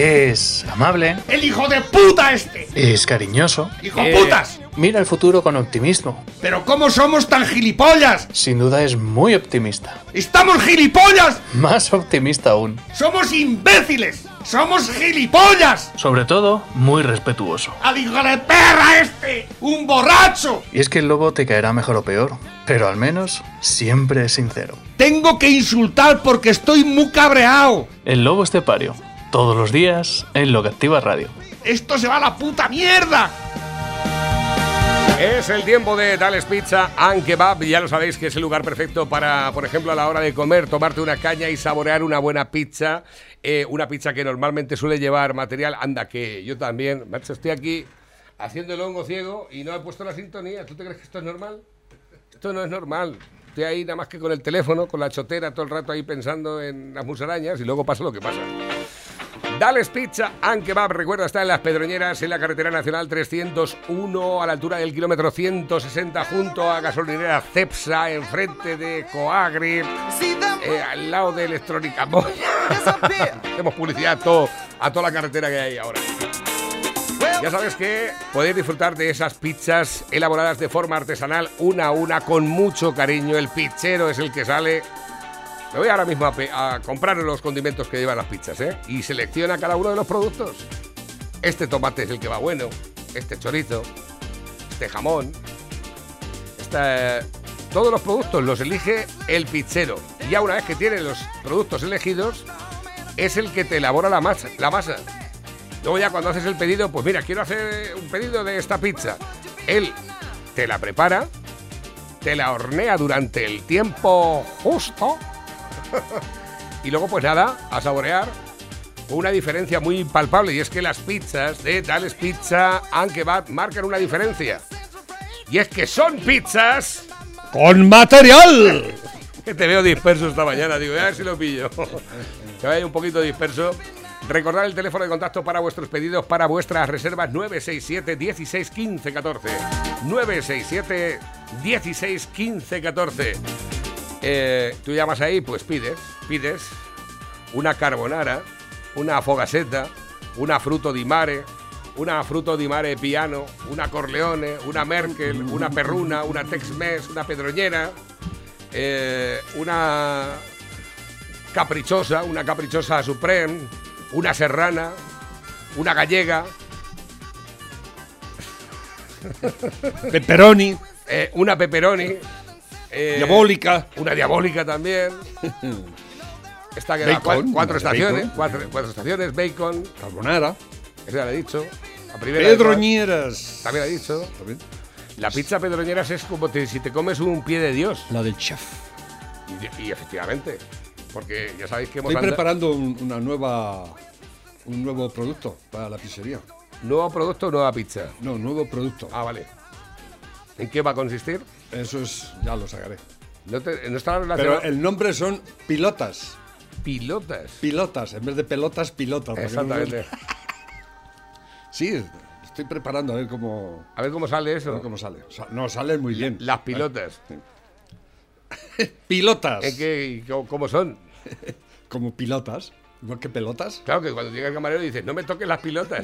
Es amable. ¡El hijo de puta este! Es cariñoso. ¡Hijo putas! Mira el futuro con optimismo. ¿Pero cómo somos tan gilipollas? Sin duda es muy optimista. ¡Estamos gilipollas! Más optimista aún. ¡Somos imbéciles! ¡Somos gilipollas! Sobre todo, muy respetuoso. ¡Al hijo de perra este! ¡Un borracho! Y es que el lobo te caerá mejor o peor, pero al menos siempre es sincero. Tengo que insultar porque estoy muy cabreado. El lobo estepario. Todos los días en Lo que Activa Radio. ¡Esto se va a la puta mierda! Es el tiempo de Dales Pizza and Kebab. Ya lo sabéis que es el lugar perfecto para, por ejemplo, a la hora de comer, tomarte una caña y saborear una buena pizza. Una pizza que normalmente suele llevar material. Anda, que yo también, macho, estoy aquí haciendo el hongo ciego y no he puesto la sintonía. ¿Tú te crees que esto es normal? Esto no es normal. Estoy ahí nada más que con el teléfono, con la chotera, todo el rato ahí pensando en las musarañas y luego pasa lo que pasa. Dales Pizza and Kebab, recuerda, está en Las Pedroñeras, en la carretera nacional 301, a la altura del kilómetro 160, junto a gasolinera Cepsa, enfrente de Coagri, al lado de Electrónica Moya. Hacemos publicidad a toda la carretera que hay ahora. Ya sabes que podéis disfrutar de esas pizzas elaboradas de forma artesanal, una a una, con mucho cariño. El pizzero es el que sale. Me voy ahora mismo a comprar los condimentos que llevan las pizzas, y selecciona cada uno de los productos. Este tomate es el que va bueno, este chorizo, este jamón, todos los productos los elige el pizzero. Y ya una vez que tiene los productos elegidos, es el que te elabora la masa. Luego ya cuando haces el pedido, pues mira, quiero hacer un pedido de esta pizza. Él te la prepara, te la hornea durante el tiempo justo. Y luego pues nada, a saborear, con una diferencia muy palpable, y es que las pizzas de Dales Pizza and Kebab marcan una diferencia, y es que son pizzas ¡con material! Que te veo disperso esta mañana, digo, a ver si lo pillo. Que vaya un poquito disperso. Recordad el teléfono de contacto para vuestros pedidos, para vuestras reservas, 967 16 15 14 967 16 15 14. Tú llamas ahí, pues pides una carbonara, una fogaseta, una fruto di mare piano, una corleone, una merkel, una perruna, una tex-mex, una pedroñera, una caprichosa supreme, una serrana, una gallega, Pepperoni, una pepperoni, diabólica, una diabólica también. Esta que da cuatro estaciones, cuatro estaciones, bacon, carbonara, eso ya lo he dicho. La primera pedroñeras, también lo he dicho. ¿También? La pizza pedroñeras es como si te comes un pie de Dios. La del chef. Y efectivamente, porque ya sabéis que estoy preparando un nuevo producto para la pizzería. ¿Nuevo producto o nueva pizza? No, nuevo producto. Ah, vale. ¿En qué va a consistir? Eso ya lo sacaré. No está relacionado. Pero el nombre son pilotas. ¿Pilotas? Pilotas, en vez de pelotas, pilotas. Exactamente. Sí, estoy preparando a ver cómo... A ver cómo sale eso. A ver cómo sale. No, sale muy bien. Las pilotas. Pilotas. ¿Cómo son? Como pilotas. Igual que pelotas. Claro, que cuando llega el camarero dices, no me toques las pilotas.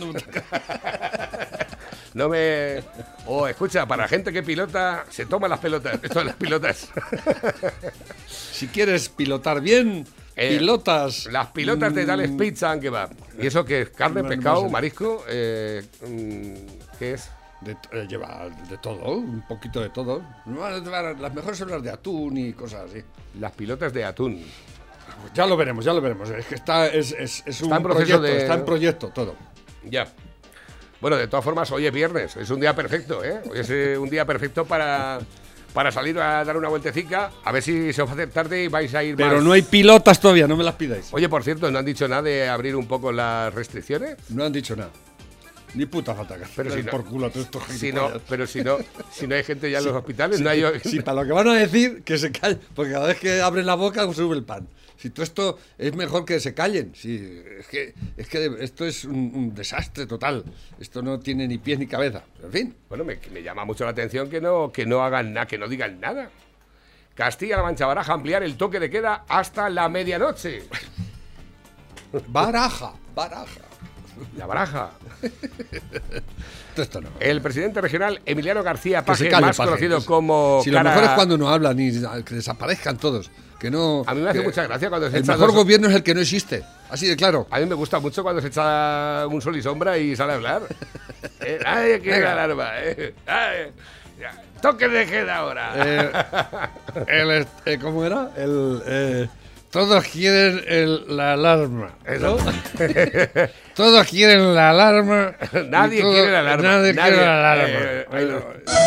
Escucha, para gente que pilota, se toma las pelotas. Esto de las pilotas. Si quieres pilotar bien, pilotas. Las pilotas de Dales Pizza and Kebab. ¿Y eso qué es? ¿Carne, pescado, marisco? ¿Qué es? Lleva de todo, un poquito de todo. Las mejores son las de atún y cosas así. Las pilotas de atún. Ya lo veremos. Es que es un proceso está en proyecto todo. Ya. Bueno, de todas formas, hoy es viernes, es un día perfecto, ¿eh? Hoy es un día perfecto para salir a dar una vueltecica, a ver si se os hace tarde y vais a ir Pero más. no hay pilotas todavía, no me las pidáis. Oye, por cierto, ¿no han dicho nada de abrir un poco las restricciones? No han dicho nada. Ni puta falta que pero si no, por culo a todos estos si no hay gente ya en los hospitales, no hay... Sí, para lo que van a decir, que se callen, porque cada vez que abren la boca sube el pan. Si todo esto es mejor que se callen. Sí, es que esto es un desastre total. Esto no tiene ni pies ni cabeza. Pero en fin. Bueno, me llama mucho la atención que no hagan nada, que no digan nada. Castilla-La Mancha baraja ampliar el toque de queda hasta la medianoche. Baraja. La baraja. Esto no. El presidente regional Emiliano García Que se Paje, calle, más Paje. conocido como Si lo mejor es cuando no hablan y que desaparezcan todos. Que no. A mí me hace que mucha gracia cuando se el echan mejor los- gobierno es el que no existe. Así de claro. A mí me gusta mucho cuando se echa un sol y sombra y sale a hablar. Nadie quiere la alarma. Ya. Toque de queda ahora. ¿Cómo era? Todos quieren la alarma. Eso. Todos quieren la alarma. Nadie y todo- quiere la alarma. Nadie quiere la alarma. Ahí lo-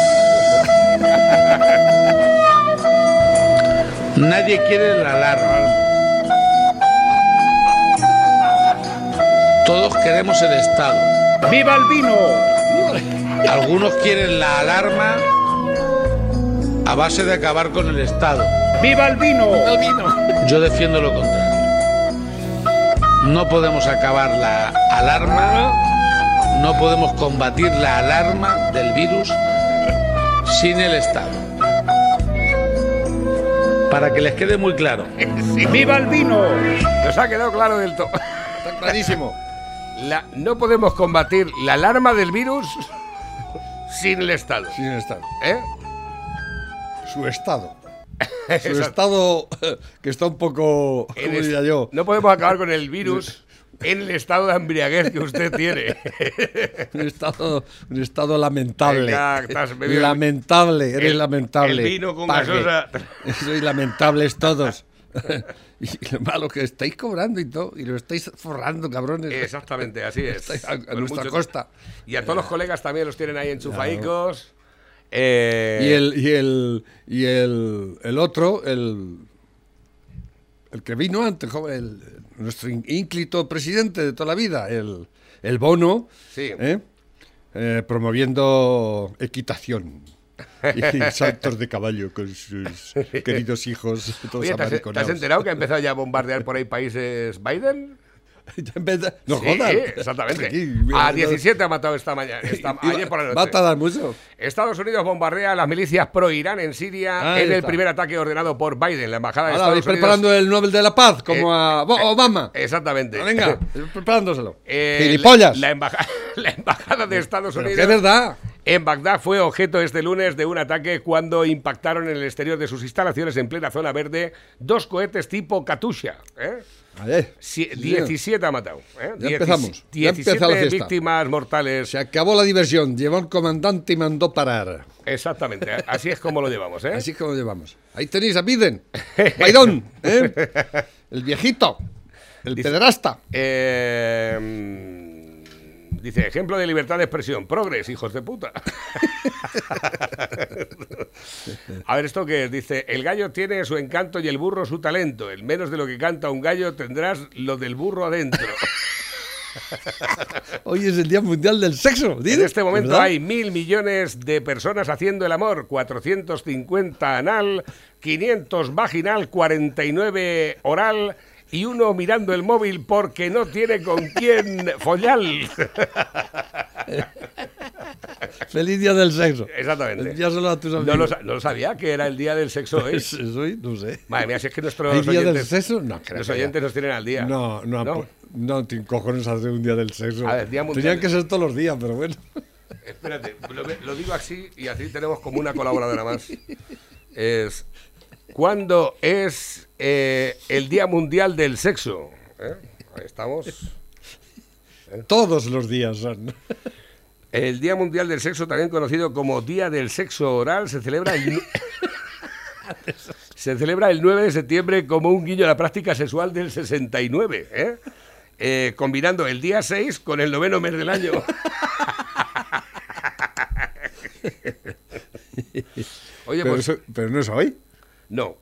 Nadie quiere la alarma. Todos queremos el Estado. ¡Viva el vino! Algunos quieren la alarma a base de acabar con el Estado. ¡Viva el vino! Yo defiendo lo contrario. No podemos acabar la alarma, no podemos combatir la alarma del virus sin el Estado. Para que les quede muy claro. ¡Viva el vino! Nos ha quedado claro del todo. Está clarísimo. No podemos combatir la alarma del virus sin el Estado. Sin el Estado. ¿Eh? Su Estado. Su Exacto. Estado que está un poco. En ¿Cómo es- diría yo? No podemos acabar con el virus en el estado de embriaguez que usted tiene. Un estado lamentable. Venga, estás bebiendo- Lamentable, eres El- lamentable. el vino con Paje. gaseosa. Sois lamentables todos. Y lo malo que estáis cobrando y todo, y lo estáis forrando, cabrones. Exactamente, así es. Estáis a Con nuestra mucho- costa. Y a todos los colegas también los tienen ahí enchufaicos. Y el otro, el que vino antes, joven, nuestro ínclito presidente de toda la vida, el Bono, Sí. promoviendo equitación y saltos de caballo con sus queridos hijos, todos Oye, ¿te has amariconados. enterado que ha empezado ya a bombardear por ahí países Biden? No Sí, jodas. exactamente. Aquí, A 17 ha matado esta mañana, ayer por la noche. Va a tardar mucho. Estados Unidos bombardea a las milicias pro-Irán en Siria Ahí en el está. primer ataque ordenado por Biden, la embajada de Ahora Estados vais Unidos. preparando el Nobel de la Paz, como a Obama. Exactamente. Venga, preparándoselo. Eh, ¡Gilipollas! La embajada de Estados Pero Unidos que es verdad. en Bagdad fue objeto este lunes de un ataque cuando impactaron en el exterior de sus instalaciones en plena zona verde 2 cohetes tipo Katusha. Ayer. 17 ha matado. Ya empezamos. Ya empieza la 17 fiesta. víctimas mortales. Se acabó la diversión. Llevó el comandante y mandó parar. Exactamente. Así es como lo llevamos. Así es como lo llevamos. Ahí tenéis a Biden. Bidón. El viejito. El pederasta. Dice, ejemplo de libertad de expresión. Progres, hijos de puta. A ver, ¿esto qué es? Dice, el gallo tiene su encanto y el burro su talento. En menos de lo que canta un gallo tendrás lo del burro adentro. Hoy es el Día Mundial del Sexo. En este momento ¿verdad? hay 1.000 millones de personas haciendo el amor. 450 anal, 500 vaginal, 49 oral y uno mirando el móvil porque no tiene con quién follar. Feliz Día del Sexo. Exactamente. Ya solo a tus No amigos. lo sabía que era el día del sexo hoy. ¿Es hoy? No sé. Madre mía, si es que nuestros ¿Hay Día del oyentes, Sexo? No, creo los que ya. oyentes nos tienen al día. No, te cojones hacer un Día del Sexo. A ver, Día Mundial Tenían de- que ser todos los días, pero bueno. Espérate, lo digo así y así tenemos como una colaboradora más. Es ¿cuándo es el Día Mundial del Sexo? Ahí estamos. Todos los días son. El Día Mundial del Sexo, también conocido como Día del Sexo Oral, se celebra se celebra el 9 de septiembre como un guiño a la práctica sexual del 69, combinando el día 6 con el 9º mes del año. Oye, pues Pero no es hoy. no.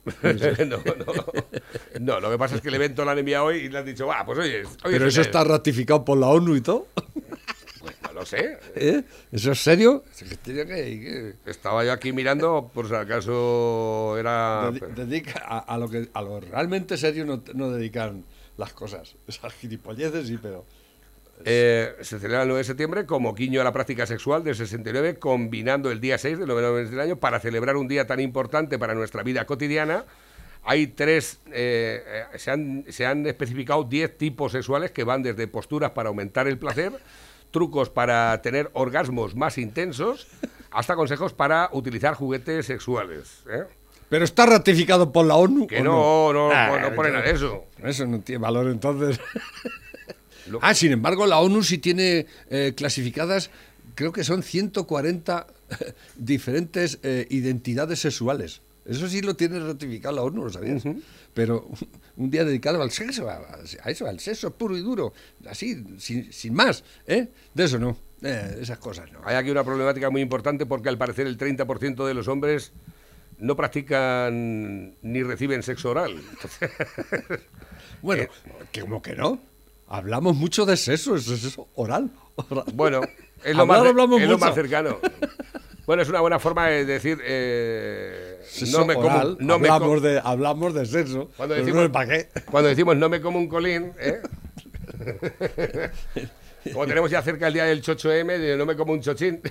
No, lo que pasa es que el evento lo han enviado hoy y le han dicho, va, pues oye, Pero eso está ratificado por la ONU y todo. Pues no lo sé. ¿Eso es serio? Estaba yo aquí mirando por si acaso era... Dedica a lo realmente serio no dedican las cosas. Esas gilipolleces sí, pero... Se celebra el 9 de septiembre como guiño a la práctica sexual del 69, combinando el día 6 del 9 mes del año para celebrar un día tan importante para nuestra vida cotidiana, Hay se han especificado 10 tipos sexuales que van desde posturas para aumentar el placer, trucos para tener orgasmos más intensos, hasta consejos para utilizar juguetes sexuales. Pero está ratificado por la ONU. Que ¿o no pone nada de eso. Eso no tiene valor entonces. Sin embargo, la ONU sí tiene clasificadas, creo que son 140 diferentes identidades sexuales. Eso sí lo tiene ratificado la ONU, ¿lo sabías? Pero un día dedicado al sexo, a eso, al sexo puro y duro, así, sin más, de eso no, esas cosas no. Hay aquí una problemática muy importante porque al parecer el 30% de los hombres no practican ni reciben sexo oral. Bueno, como que no. Hablamos mucho de sexo, es sexo oral. Bueno, es lo más cercano. Bueno, es una buena forma de decir hablamos de sexo. Cuando decimos, ¿para qué? Cuando decimos no me como un colín, como tenemos ya cerca el día del 8M, de no me como un chochín.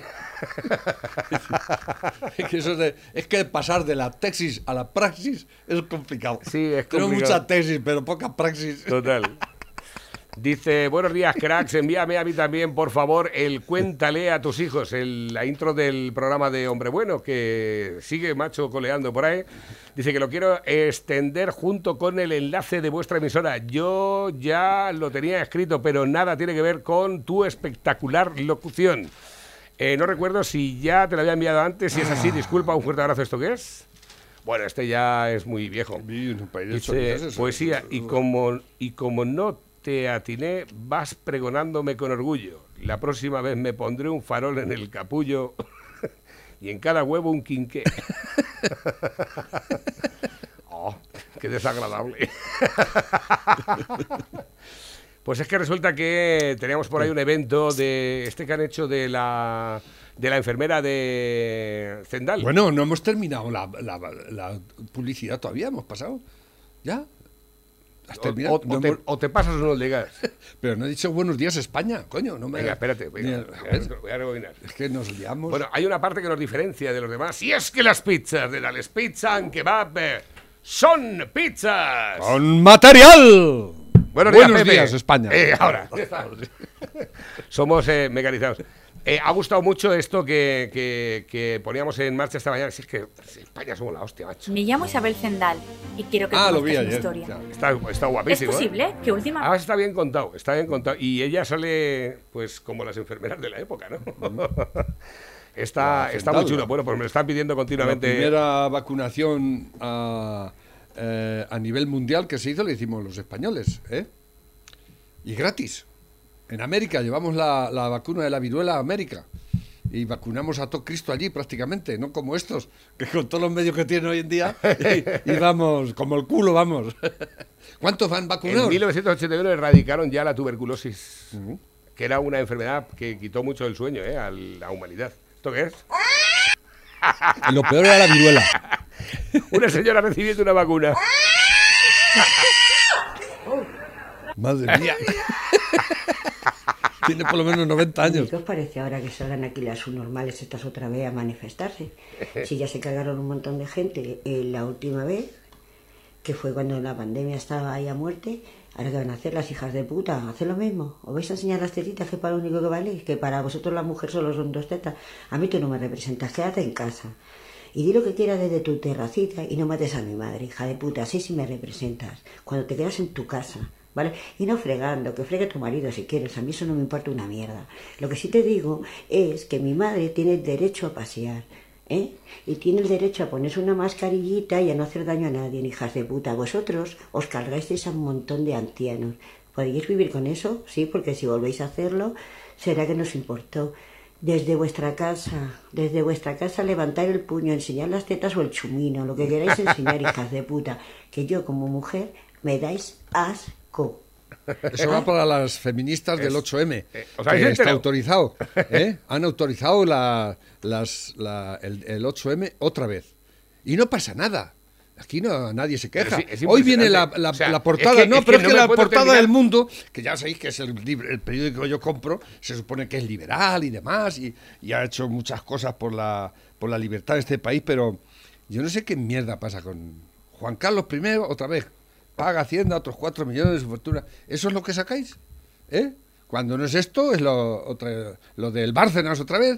Es que pasar de la tesis a la praxis es complicado. Sí, es complicado. Tenemos mucha tesis, pero poca praxis. Total. Dice, buenos días, cracks, envíame a mí también, por favor, el Cuéntale a tus hijos, la intro del programa de Hombre Bueno, que sigue macho coleando por ahí. Dice que lo quiero extender junto con el enlace de vuestra emisora. Yo ya lo tenía escrito, pero nada tiene que ver con tu espectacular locución. No recuerdo si ya te lo había enviado antes, si es así, disculpa, un fuerte abrazo. ¿Esto qué es? Bueno, este ya es muy viejo. Dice, poesía, y como no te atiné, vas pregonándome con orgullo. La próxima vez me pondré un farol en el capullo y en cada huevo un quinqué. Oh, qué desagradable. Pues es que resulta que teníamos por ahí un evento de que han hecho de la enfermera de Zendal. Bueno, no hemos terminado la publicidad todavía, hemos pasado. ¿Ya? O te pasas o no digas. Pero no he dicho buenos días España, coño. Venga, espérate, voy a rebobinar. Es que nos liamos. Bueno, hay una parte que nos diferencia de los demás, y es que las pizzas de Dales Pizza and Kebab son pizzas. ¡Con material! Buenos días España. Ahora, somos mecanizados. Ha gustado mucho esto que poníamos en marcha esta mañana. Si es que España somos la hostia, macho. Me llamo Isabel Zendal y quiero que lo vi conozcas mi ayer. historia. Está guapísimo. ¿Es posible que última? Además está bien contado. Y ella sale, pues, como las enfermeras de la época, ¿no? Está muy chulo. Bueno, pues me lo están pidiendo continuamente. La primera vacunación a nivel mundial que se hizo la hicimos los españoles, y gratis. En América llevamos la vacuna de la viruela a América y vacunamos a todo Cristo allí prácticamente, no como estos, que con todos los medios que tienen hoy en día y vamos, como el culo vamos. ¿Cuántos van vacunados? En 1981 erradicaron ya la tuberculosis, que era una enfermedad que quitó mucho el sueño a la humanidad. ¿Esto qué es? Y lo peor era la viruela. Una señora recibiendo una vacuna. Madre mía. Tiene por lo menos 90 años. ¿Qué os parece ahora que salgan aquí las subnormales estas otra vez a manifestarse? Si ya se cargaron un montón de gente la última vez, que fue cuando la pandemia estaba ahí a muerte, ahora que van a hacer las hijas de puta, hacer lo mismo. ¿Os vais a enseñar las tetitas que para lo único que vale? Que para vosotros la mujer solo son 2 tetas. A mí tú no me representas, quédate en casa. Y di lo que quieras desde tu terracita y no mates a mi madre, hija de puta, así sí me representas. Cuando te quedas en tu casa, ¿vale? Y no fregando, que fregue tu marido si quieres, a mí eso no me importa una mierda. Lo que sí te digo es que mi madre tiene el derecho a pasear, y tiene el derecho a ponerse una mascarillita y a no hacer daño a nadie, hijas de puta. Vosotros os cargáis a un montón de ancianos. ¿Podéis vivir con eso? Sí, porque si volvéis a hacerlo, será que nos importó. Desde vuestra casa, levantar el puño, enseñar las tetas o el chumino, lo que queráis enseñar, hijas de puta, que yo como mujer me dais asco. Eso va para las feministas del 8M, que está autorizado. Han autorizado el 8M otra vez. Y no pasa nada. Aquí nadie se queja. Hoy viene la portada, la portada del Mundo, que ya sabéis que es el periódico que yo compro, se supone que es liberal y demás, y ha hecho muchas cosas por la libertad de este país, pero yo no sé qué mierda pasa con Juan Carlos I, otra vez, paga Hacienda otros 4 millones de su fortuna. ¿Eso es lo que sacáis? ¿Eh? Cuando no es esto, es lo del Bárcenas otra vez.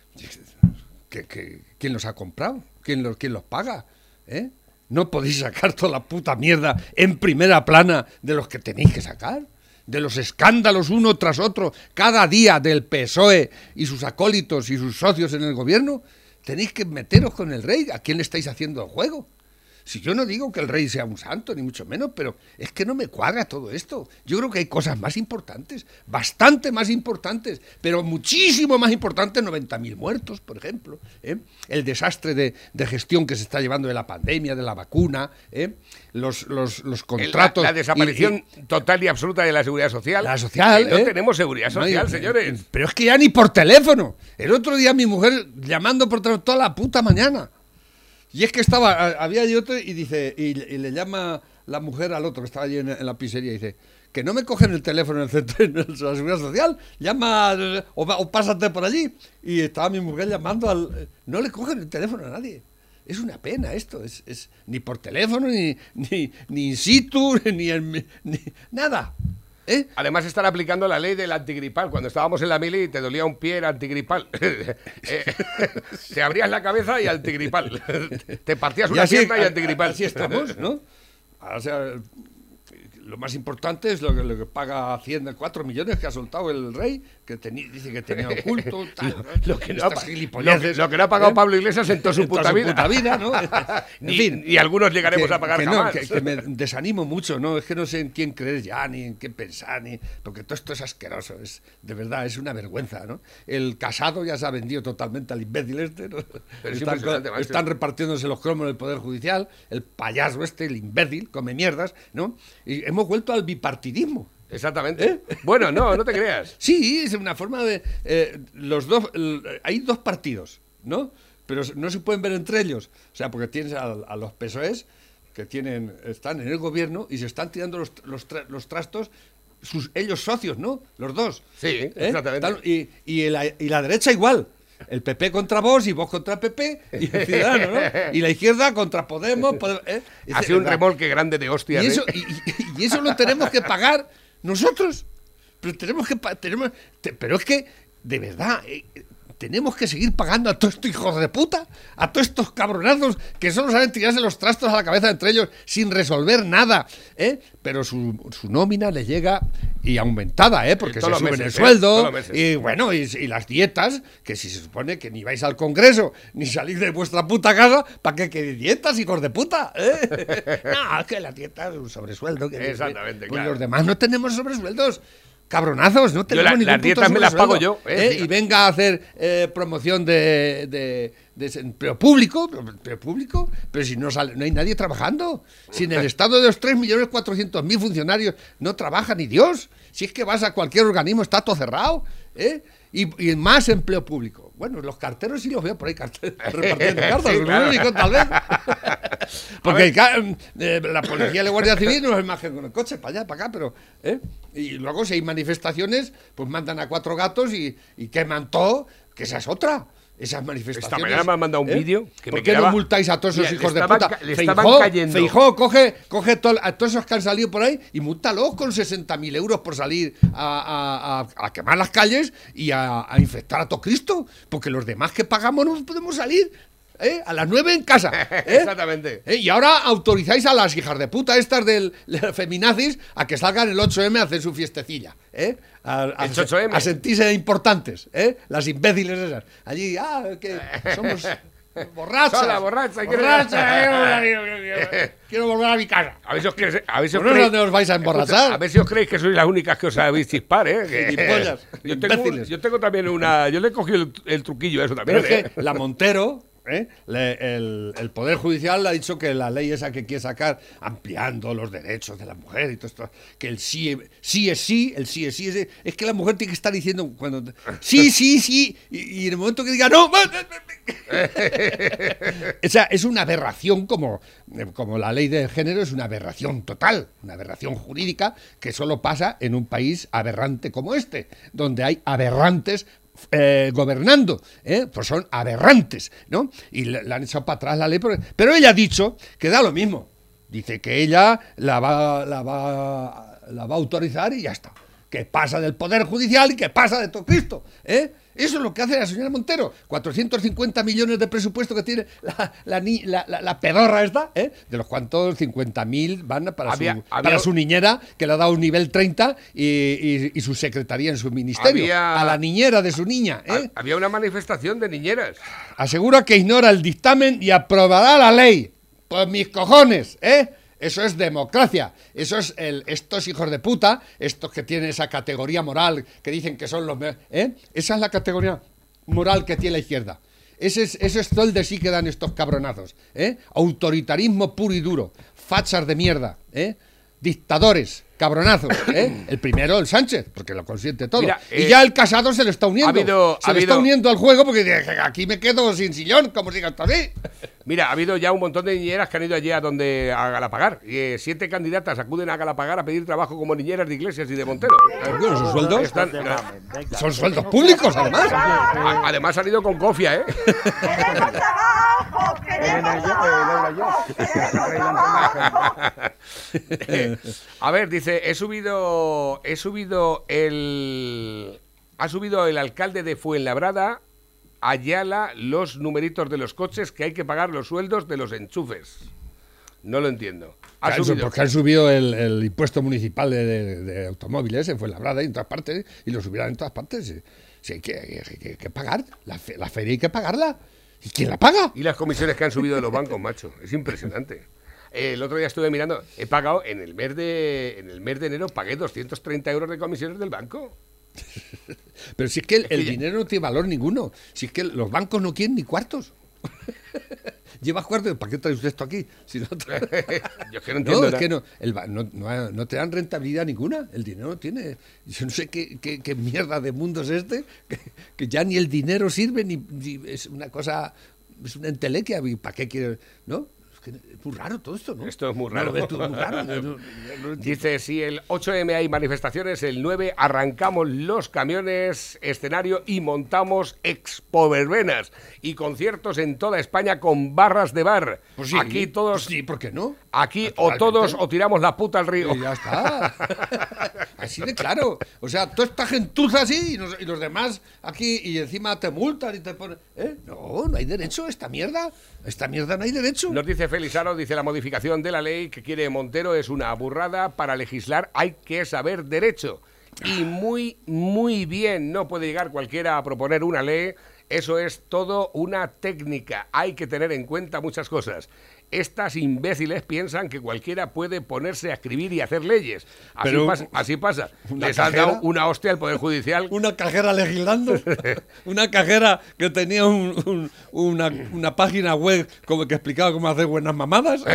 ¿Quién los ha comprado? ¿Quién los paga? ¿Eh? No podéis sacar toda la puta mierda en primera plana de los que tenéis que sacar. De los escándalos uno tras otro, cada día del PSOE y sus acólitos y sus socios en el gobierno. Tenéis que meteros con el rey. ¿A quién le estáis haciendo el juego? Si yo no digo que el rey sea un santo, ni mucho menos, pero es que no me cuadra todo esto. Yo creo que hay cosas más importantes, bastante más importantes, pero muchísimo más importantes, 90.000 muertos, por ejemplo, ¿eh? El desastre de gestión que se está llevando de la pandemia, de la vacuna, ¿eh? Los contratos... La desaparición total y absoluta de la seguridad social. La social, no tenemos seguridad social, señores. Pero es que ya ni por teléfono. El otro día mi mujer llamando por teléfono toda la puta mañana. Y es que había y otro y dice, y le llama la mujer al otro que estaba allí en la pizzería y dice, que no me cogen el teléfono en el centro de la seguridad social, llama o pásate por allí. Y estaba mi mujer llamando no le cogen el teléfono a nadie. Es una pena esto, es ni por teléfono, ni in situ, ni nada. ¿Eh? Además están aplicando la ley del antigripal. Cuando estábamos en la mili y te dolía un pie, era antigripal. Te abrías la cabeza y antigripal. Te partías una pierna y antigripal. Así estamos, ¿no? O sea, lo más importante es lo que paga Hacienda, 4 millones que ha soltado el rey, que dice que tenía oculto, tal, lo que no ha pagado Pablo Iglesias en toda su puta vida, ¿no? En fin, y algunos llegaremos a pagar jamás. Que me desanimo mucho, ¿no? Es que no sé en quién creer ya, ni en qué pensar, porque todo esto es asqueroso, de verdad, es una vergüenza, ¿no? El Casado ya se ha vendido totalmente al imbécil este, ¿no? Están repartiéndose los cromos del Poder Judicial, el payaso este, el imbécil, come mierdas, ¿no? Y hemos vuelto al bipartidismo. Exactamente. ¿Eh? Bueno, no te creas. Sí, es una forma de... hay dos partidos, ¿no? Pero no se pueden ver entre ellos. O sea, porque tienes a los PSOEs que están en el gobierno y se están tirando los trastos ellos socios, ¿no? Los dos. Sí, exactamente. Y la derecha igual. El PP contra Vox y Vox contra PP y el Ciudadano, ¿no? Y la izquierda contra Podemos. Ha sido un remolque grande de hostias. Y eso lo tenemos que pagar nosotros. Pero es que, de verdad, tenemos que seguir pagando a todos estos hijos de puta, a todos estos cabronazos que solo saben tirarse los trastos a la cabeza entre ellos sin resolver nada, ¿eh? Pero su nómina le llega y aumentada, porque se suben el sueldo y bueno, y las dietas, que si se supone que ni vais al Congreso ni salís de vuestra puta casa, ¿para qué dietas, hijos de puta? No, es que la dieta es un sobresueldo. Exactamente, pues claro. los demás no tenemos sobresueldos. Cabronazos, no tenemos ningún las dietas me las pago yo. Y venga a hacer promoción de empleo público, pero si no hay nadie trabajando. Si en el Estado de los 3.400.000 funcionarios no trabaja ni Dios. Si es que vas a cualquier organismo, está todo cerrado. Y más empleo público. Bueno, los carteros sí los veo por ahí repartiendo cartas, sí, claro. Único, tal vez. Porque la policía y la Guardia Civil no es más que con el coche, para allá, para acá, pero... Y luego si hay manifestaciones, pues mandan a 4 gatos y queman todo, que esa es otra. Esas manifestaciones. Esta mañana me han mandado un vídeo que ¿Por qué no multáis a todos esos hijos de puta? Feijó coge a todos esos que han salido por ahí y múltalos con 60.000 euros por salir a quemar las calles y a infectar a todo Cristo, porque los demás que pagamos no podemos salir. A las 9 en casa. Exactamente. Y ahora autorizáis a las hijas de puta estas del feminazis a que salgan el 8M a hacer su fiestecilla. A sentirse importantes. Las imbéciles esas. Allí, que somos borrachas. Sola, borracha. Quiero volver a mi casa. A ver si os creéis, ¿Dónde os vais a emborrachar? A ver si os creéis que sois las únicas que os sabéis chispar, Yo tengo también yo le he cogido el truquillo a eso también. Pero es que la Montero... el Poder Judicial le ha dicho que la ley esa que quiere sacar, ampliando los derechos de la mujer y todo esto, que el sí es sí, es que la mujer tiene que estar diciendo cuando sí, y en el momento que diga no, es una aberración como la ley de género, es una aberración total, una aberración jurídica que solo pasa en un país aberrante como este, donde hay aberrantes gobernando, pues son aberrantes, ¿no? Y le han echado para atrás la ley, pero ella ha dicho que da lo mismo, Dice que ella la va a autorizar y ya está. Que pasa del Poder Judicial y que pasa de todo Cristo, ¿eh? Eso es lo que hace la señora Montero. 450 millones de presupuesto que tiene la pedorra esta, ¿eh? De los cuantos 50.000 van para su niñera, que le ha dado un nivel 30 y su secretaría en su ministerio. A la niñera de su niña, ¿eh? Había una manifestación de niñeras. Asegura que ignora el dictamen y aprobará la ley. Pues mis cojones, ¿eh? Eso es democracia, eso es estos hijos de puta, estos que tienen esa categoría moral, que dicen que son los... ¿eh? Esa es la categoría moral que tiene la izquierda. Eso es todo el de sí que dan estos cabronazos, ¿eh? Autoritarismo puro y duro, fachas de mierda, ¿eh? Dictadores, cabronazos, ¿eh? El primero, el Sánchez, porque lo consiente todo. Mira, y ya el Casado se le está uniendo. Se le está uniendo al juego porque dice, aquí me quedo sin sillón, como siga hasta así. Mira, ha habido ya un montón de niñeras que han ido allí a Galapagar. 7 candidatas acuden a Galapagar a pedir trabajo como niñeras de Iglesias y de Montero. ¿Son sueldos? Son sueldos públicos, además. Además han ido con cofia, ¿eh? A ver, dice, ha subido el alcalde de Fuenlabrada, Ayala, los numeritos de los coches que hay que pagar los sueldos de los enchufes. No lo entiendo. Porque han subido el impuesto municipal de automóviles en Fuenlabrada y en todas partes, y lo subirán en todas partes. Sí, hay que pagar. La feria hay que pagarla. ¿Y quién la paga? Y las comisiones que han subido de los bancos, macho. Es impresionante. El otro día estuve mirando, he pagado en el mes de enero, pagué 230 euros de comisiones del banco. Pero si es que el dinero no tiene valor ninguno. Si es que los bancos no quieren ni cuartos. ¿Llevas cuartos? ¿Para qué traes usted esto aquí? Si no yo es que no entiendo. Es que no te dan rentabilidad ninguna. El dinero no tiene. Yo no sé qué mierda de mundo es este, que ya ni el dinero sirve, ni es una cosa, es una entelequia. ¿Para qué quieres? ¿No? Es muy raro todo esto, ¿no? Esto es muy raro. ¿No lo ves tú? Es muy raro. Dice, si el 8M hay manifestaciones, el 9 arrancamos los camiones, escenario y montamos expoverbenas y conciertos en toda España con barras de bar. Pues sí, aquí todos... Pues sí, ¿por qué no? Aquí o todos o tiramos la puta al río. Y ya está. Así de claro. O sea, toda esta gentuza así y los demás aquí y encima te multan y te ponen... No hay derecho a esta mierda. Esta mierda no hay derecho. Nos dice Felizardo, dice, la modificación de la ley que quiere Montero es una burrada. Para legislar hay que saber derecho. Y muy, muy bien, no puede llegar cualquiera a proponer una ley. Eso es todo una técnica. Hay que tener en cuenta muchas cosas. Imbéciles piensan que cualquiera puede ponerse a escribir y hacer leyes. Así pasa. Les han dado una hostia al Poder Judicial. Una cajera legislando. Una cajera que tenía una página web que explicaba cómo hacer buenas mamadas.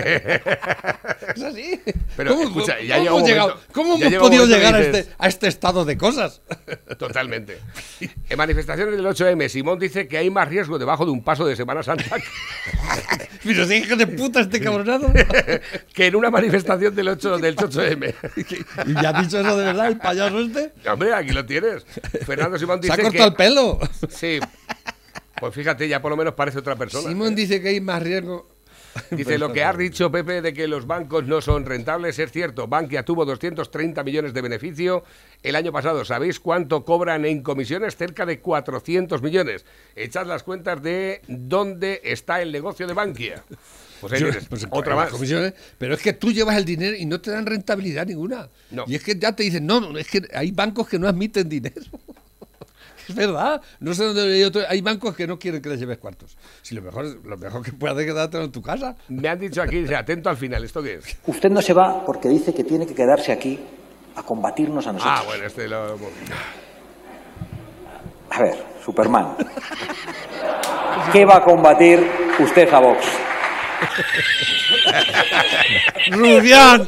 Es así. Pero ¿Cómo, escucha, ¿cómo hemos podido llegar a este estado de cosas? Totalmente. En manifestaciones del 8M, Simón dice que hay más riesgo debajo de un paso de Semana Santa pero si hija de puta este cabronado que en una manifestación del 8M. ¿Y ya ha dicho eso de verdad el payaso este? Hombre, aquí lo tienes. Fernando Simón dice que... ¿Se ha cortado el pelo? Sí. Pues fíjate, ya por lo menos parece otra persona. Simón dice que hay más riesgo... Dice, lo que has dicho, Pepe, de que los bancos no son rentables, es cierto. Bankia tuvo 230 millones de beneficio el año pasado. ¿Sabéis cuánto cobran en comisiones? Cerca de 400 millones. Echad las cuentas de dónde está el negocio de Bankia. Pues ahí tienes, otra más. Comisiones, pero es que tú llevas el dinero y no te dan rentabilidad ninguna. No. Y es que ya te dicen, no, es que hay bancos que no admiten dinero. Es verdad, no sé dónde hay bancos que no quieren que les lleves cuartos. Si lo mejor que puedes hacer es quedártelo en tu casa. Me han dicho aquí, dice, atento al final, ¿esto qué es? Usted no se va porque dice que tiene que quedarse aquí a combatirnos a nosotros. Ah, bueno, A ver, Superman. ¿Qué va a combatir usted a Vox? ¡Rubián!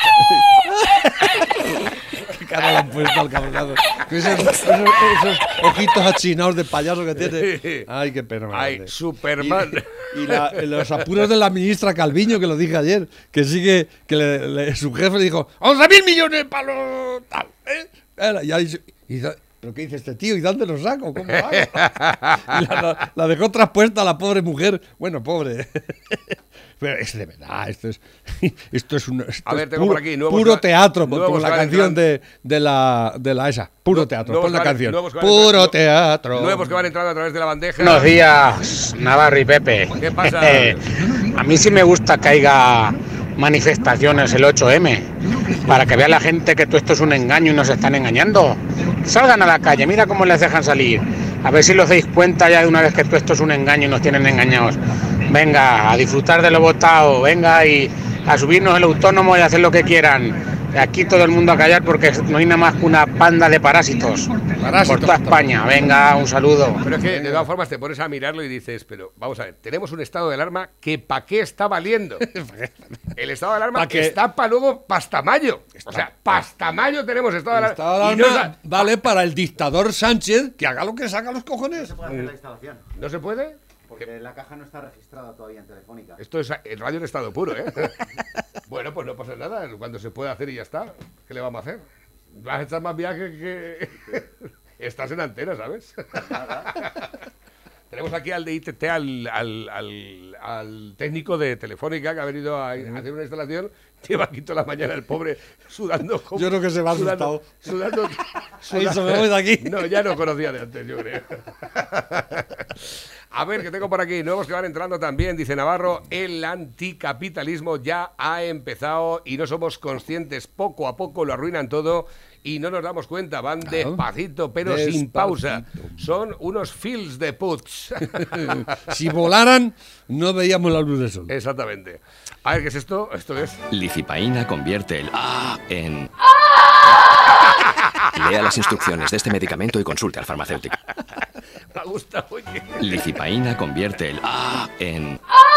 ¿Qué cara le han puesto al cabronado? Esos ojitos achinados de payaso que tiene. Ay, qué pena. Ay, Superman. Y los apuros de la ministra Calviño, que lo dije ayer, que sigue, que su jefe le dijo 11.000 millones para los tal. ¿pero qué dice este tío? ¿Y dónde lo saco? ¿Cómo hago? Y la dejó traspuesta la pobre mujer. Bueno, pobre. Pero es de verdad, esto es A ver, tengo por aquí puro teatro, como la canción de la esa. Puro teatro, pon la canción. Puro teatro. Nuevos que van entrando a través de la bandeja. Buenos días, Navarro y Pepe. ¿Qué pasa? A mí sí me gusta que haya manifestaciones el 8M, para que vea la gente que todo esto es un engaño y nos están engañando. Salgan a la calle, mira cómo les dejan salir. A ver si los dais cuenta ya de una vez que todo esto es un engaño y nos tienen engañados. Venga, a disfrutar de lo votado, venga y a subirnos el autónomo y a hacer lo que quieran. Aquí todo el mundo a callar porque no hay nada más que una panda de parásitos por toda España. Venga, un saludo. Pero es que de todas formas te pones a mirarlo y dices, pero vamos a ver, tenemos un estado de alarma que ¿para qué está valiendo? El estado de alarma que está para luego hasta mayo. O sea, hasta mayo tenemos estado de alarma. El estado de alarma vale para el dictador Sánchez que haga lo que saca los cojones. No se puede hacer la instalación. ¿No se puede? Porque la caja no está registrada todavía en Telefónica. Esto es el radio en estado puro, ¿eh? Bueno, pues no pasa nada. Cuando se puede hacer y ya está. ¿Qué le vamos a hacer? Vas a echar más viaje que... Estás en antena, ¿sabes? Tenemos aquí al de ITT, al técnico de Telefónica que ha venido a hacer una instalación. Lleva aquí toda la mañana el pobre sudando. Yo creo que se va asustado. Sudando. Ahí se me voy de aquí. No, ya no conocía de antes, yo creo. A ver, que tengo por aquí nuevos que van entrando también. Dice Navarro, el anticapitalismo ya ha empezado y no somos conscientes. Poco a poco lo arruinan todo y no nos damos cuenta. Van despacito, pero sin pausa. Son unos fils de puts. Si volaran, no veíamos la luz del sol. Exactamente. A ver, ¿qué es esto? ¿Esto qué es? Licipaína convierte el A en... Lea las instrucciones de este medicamento y consulte al farmacéutico. Me gusta, oye. Licipaína convierte el A en...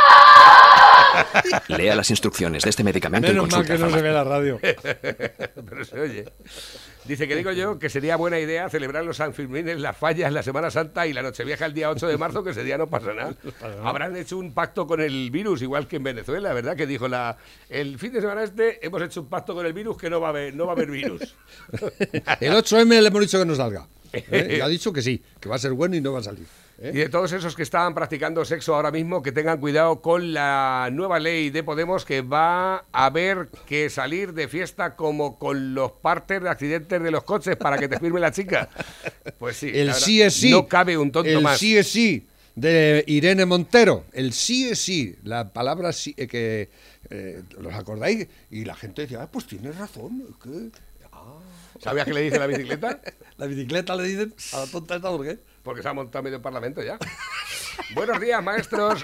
Lea las instrucciones de este medicamento y consulte al farmacéutico. Menos mal que no se ve la radio. Pero se oye. Dice que digo yo que sería buena idea celebrar los Sanfermines, las fallas, la Semana Santa y la Nochevieja el día 8 de marzo, que ese día no pasa nada. Habrán hecho un pacto con el virus, igual que en Venezuela, ¿verdad? Que dijo el fin de semana hemos hecho un pacto con el virus que no va a haber virus. El 8M le hemos dicho que no salga. Y ha dicho que sí, que va a ser bueno y no va a salir. Y de todos esos que estaban practicando sexo ahora mismo, que tengan cuidado con la nueva ley de Podemos, que va a haber que salir de fiesta como con los partes de accidentes de los coches para que te firme la chica. Pues sí, el sí es sí. No cabe un tonto más. El sí es sí de Irene Montero. El sí es sí. La palabra sí, que ¿los acordáis? Y la gente decía, pues tienes razón. ¿Sabías qué le dice la bicicleta? La bicicleta le dicen a la tonta esta, ¿por qué? Porque se ha montado medio parlamento ya. Buenos días, maestros.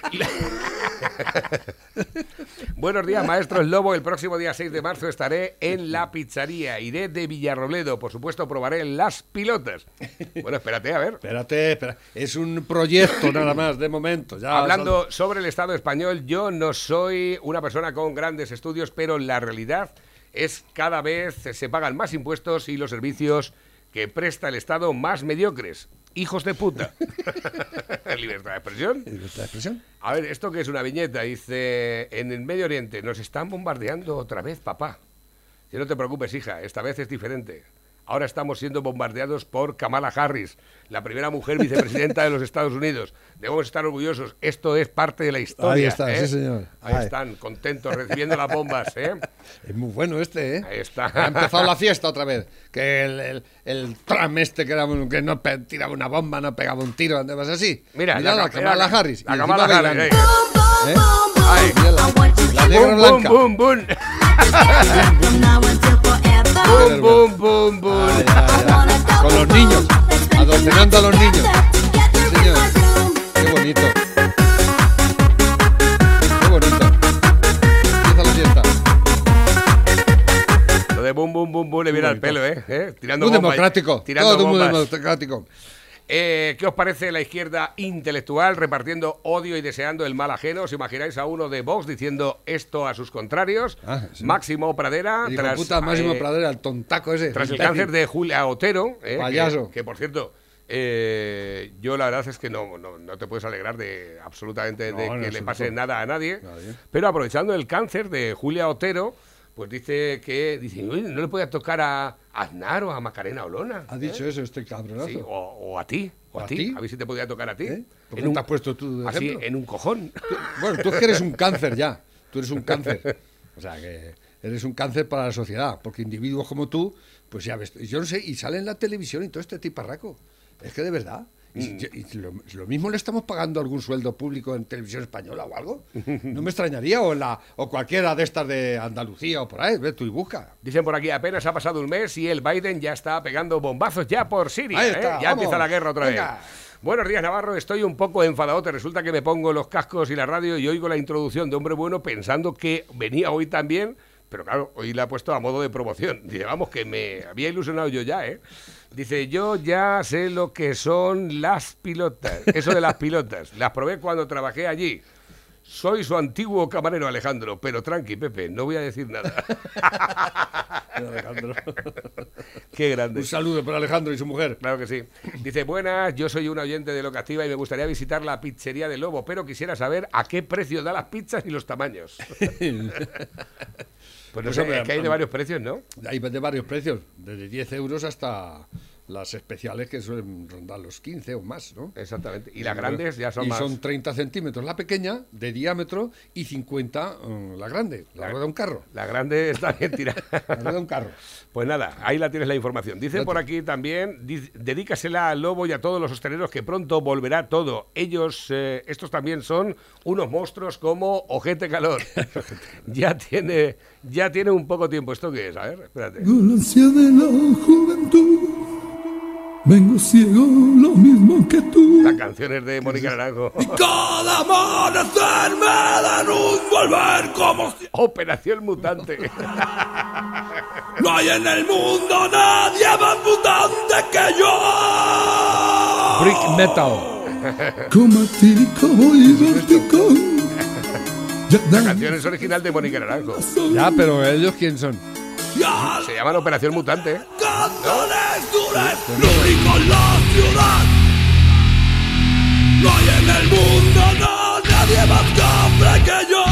Buenos días, maestros Lobo. El próximo día 6 de marzo estaré en la pizzería. Iré de Villarrobledo. Por supuesto, probaré las pilotas. Bueno, espérate, a ver. Espérate. Es un proyecto nada más, de momento. Ya hablando sobre el Estado español, yo no soy una persona con grandes estudios, pero la realidad es cada vez se pagan más impuestos y los servicios que presta el Estado más mediocres. Hijos de puta. ¿Libertad de expresión? ¿Libertad de expresión? A ver, esto que es una viñeta, dice, en el Medio Oriente, nos están bombardeando otra vez, papá. Si no te preocupes, hija, esta vez es diferente. Ahora estamos siendo bombardeados por Kamala Harris, la primera mujer vicepresidenta de los Estados Unidos. Debemos estar orgullosos. Esto es parte de la historia. Ahí está, ¿eh? Sí, señor. Ahí están, contentos, recibiendo las bombas, ¿eh? Es muy bueno este, ¿eh? Ahí está. Ha empezado la fiesta otra vez. Que el Trump que no tiraba una bomba, no pegaba un tiro, andabas así. Mira la Kamala Harris. La Kamala Harris. Ay, la negra blanca. Boom, boom, boom. Boom, boom, boom, boom. Con los niños, adoctrinando a los niños. Sí, señor. Qué bonito. Qué bonito. Empieza la fiesta. Lo de boom, boom, boom, boom le viene al pelo, Tirando muy bombas, democrático. Tirando todo bombas. muy democrático. ¿Qué os parece la izquierda intelectual repartiendo odio y deseando el mal ajeno? ¿Os imagináis a uno de Vox diciendo esto a sus contrarios? Sí. Máximo Pradera. Máximo Pradera, el tontaco ese. Tras el cáncer de Julia Otero. Payaso. Que por cierto, yo la verdad es que no te puedes alegrar de absolutamente de que le pase nada a nadie. Pero aprovechando el cáncer de Julia Otero, pues dice que uy, no le podía tocar a Aznar o a Macarena Olona. Ha dicho eso este cabronazo. Sí, o a ti. O a ti. A ver si te podía tocar a ti. ¿Por qué te has puesto tú de así, ejemplo? en un cojón. Bueno, tú es que eres un cáncer ya. Tú eres un cáncer. O sea, que eres un cáncer para la sociedad. Porque individuos como tú, pues ya ves, yo no sé, y sale en la televisión y todo este tiparraco. Es que de verdad. Y lo mismo le estamos pagando algún sueldo público en televisión española o algo. No me extrañaría, o cualquiera de estas de Andalucía o por ahí, ve tú y busca. Dicen por aquí, apenas ha pasado un mes y el Biden ya está pegando bombazos ya por Siria. Ahí está, Ya vamos. empieza la guerra otra Venga. vez. Buenos días, Navarro. Estoy un poco enfadadote. Resulta que me pongo los cascos y la radio y oigo la introducción de Hombre Bueno pensando que venía hoy también, pero claro, hoy la he puesto a modo de promoción. Dice, vamos, que me había ilusionado yo ya, ¿eh? Dice, yo ya sé lo que son las pilotas. Eso de las pilotas. Las probé cuando trabajé allí. Soy su antiguo camarero, Alejandro, pero tranqui, Pepe, no voy a decir nada. Alejandro. Qué grande. Un saludo para Alejandro y su mujer. Claro que sí. Dice, buenas, yo soy un oyente de Lo que Activa y me gustaría visitar la pizzería del Lobo, pero quisiera saber a qué precio da las pizzas y los tamaños. Pues no sé, hombre, es que hay de varios precios, ¿no? Hay de varios precios, desde 10 euros hasta las especiales que suelen rondar los 15 o más, ¿no? Exactamente. Y las grandes ya son más. Y son 30 centímetros la pequeña, de diámetro, y 50 la grande, la rueda de un carro. La grande está bien tirada. La rueda de un carro. Pues nada, ahí la tienes la información. Dice por aquí también, dedícasela al Lobo y a todos los hosteleros que pronto volverá todo. Ellos, estos también son unos monstruos como Ojete Calor. ya tiene un poco tiempo. ¿Esto qué es? A ver, espérate. Con la ansia de la juventud, vengo ciego lo mismo que tú. La canción es de Mónica Naranjo. Cada amanecer me da luz volver como si... Operación Mutante. No hay en el mundo nadie más mutante que yo. Brick Metal. Como tírico y vértigo. La canción es original de Mónica Naranjo. Ya, pero ellos ¿quién son? Se llaman Operación Mutante. Canciones duras, lubricos la ciudad. No hay en el mundo nadie más cafre que yo.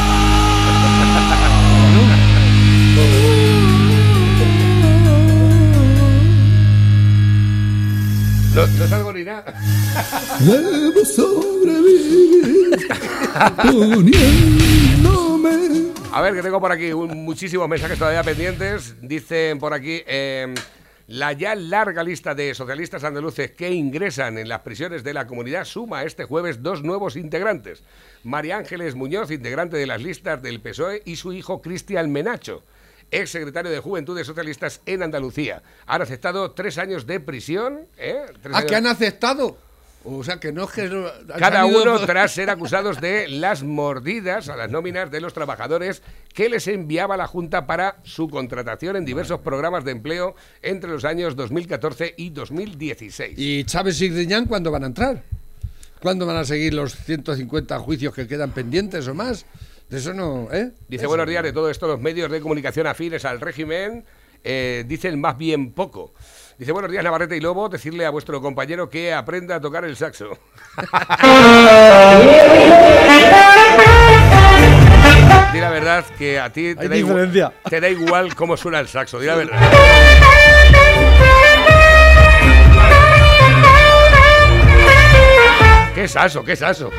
No salgo ni nada. Debo sobrevivir poniéndome. A ver, que tengo por aquí muchísimos mensajes todavía pendientes. Dicen por aquí, la ya larga lista de socialistas andaluces que ingresan en las prisiones de la comunidad suma este jueves 2 nuevos integrantes. María Ángeles Muñoz, integrante de las listas del PSOE, y su hijo Cristian Menacho, ex secretario de Juventudes Socialistas en Andalucía. Han aceptado 3 años de prisión. ¿Que han aceptado? O sea, que no es que... Cada uno tras ser acusados de las mordidas a las nóminas de los trabajadores que les enviaba la Junta para su contratación en diversos programas de empleo entre los años 2014 y 2016. ¿Y Chávez y Griñán cuándo van a entrar? ¿Cuándo van a seguir los 150 juicios que quedan pendientes o más? De eso no, ¿eh? Dice, buenos días, de todo esto los medios de comunicación afines al régimen dicen más bien poco. Dice, buenos días, Navarrete y Lobo, decirle a vuestro compañero que aprenda a tocar el saxo. Di la verdad que a ti te da igual cómo suena el saxo, di la verdad. ¿Qué es eso? ¿Qué es eso?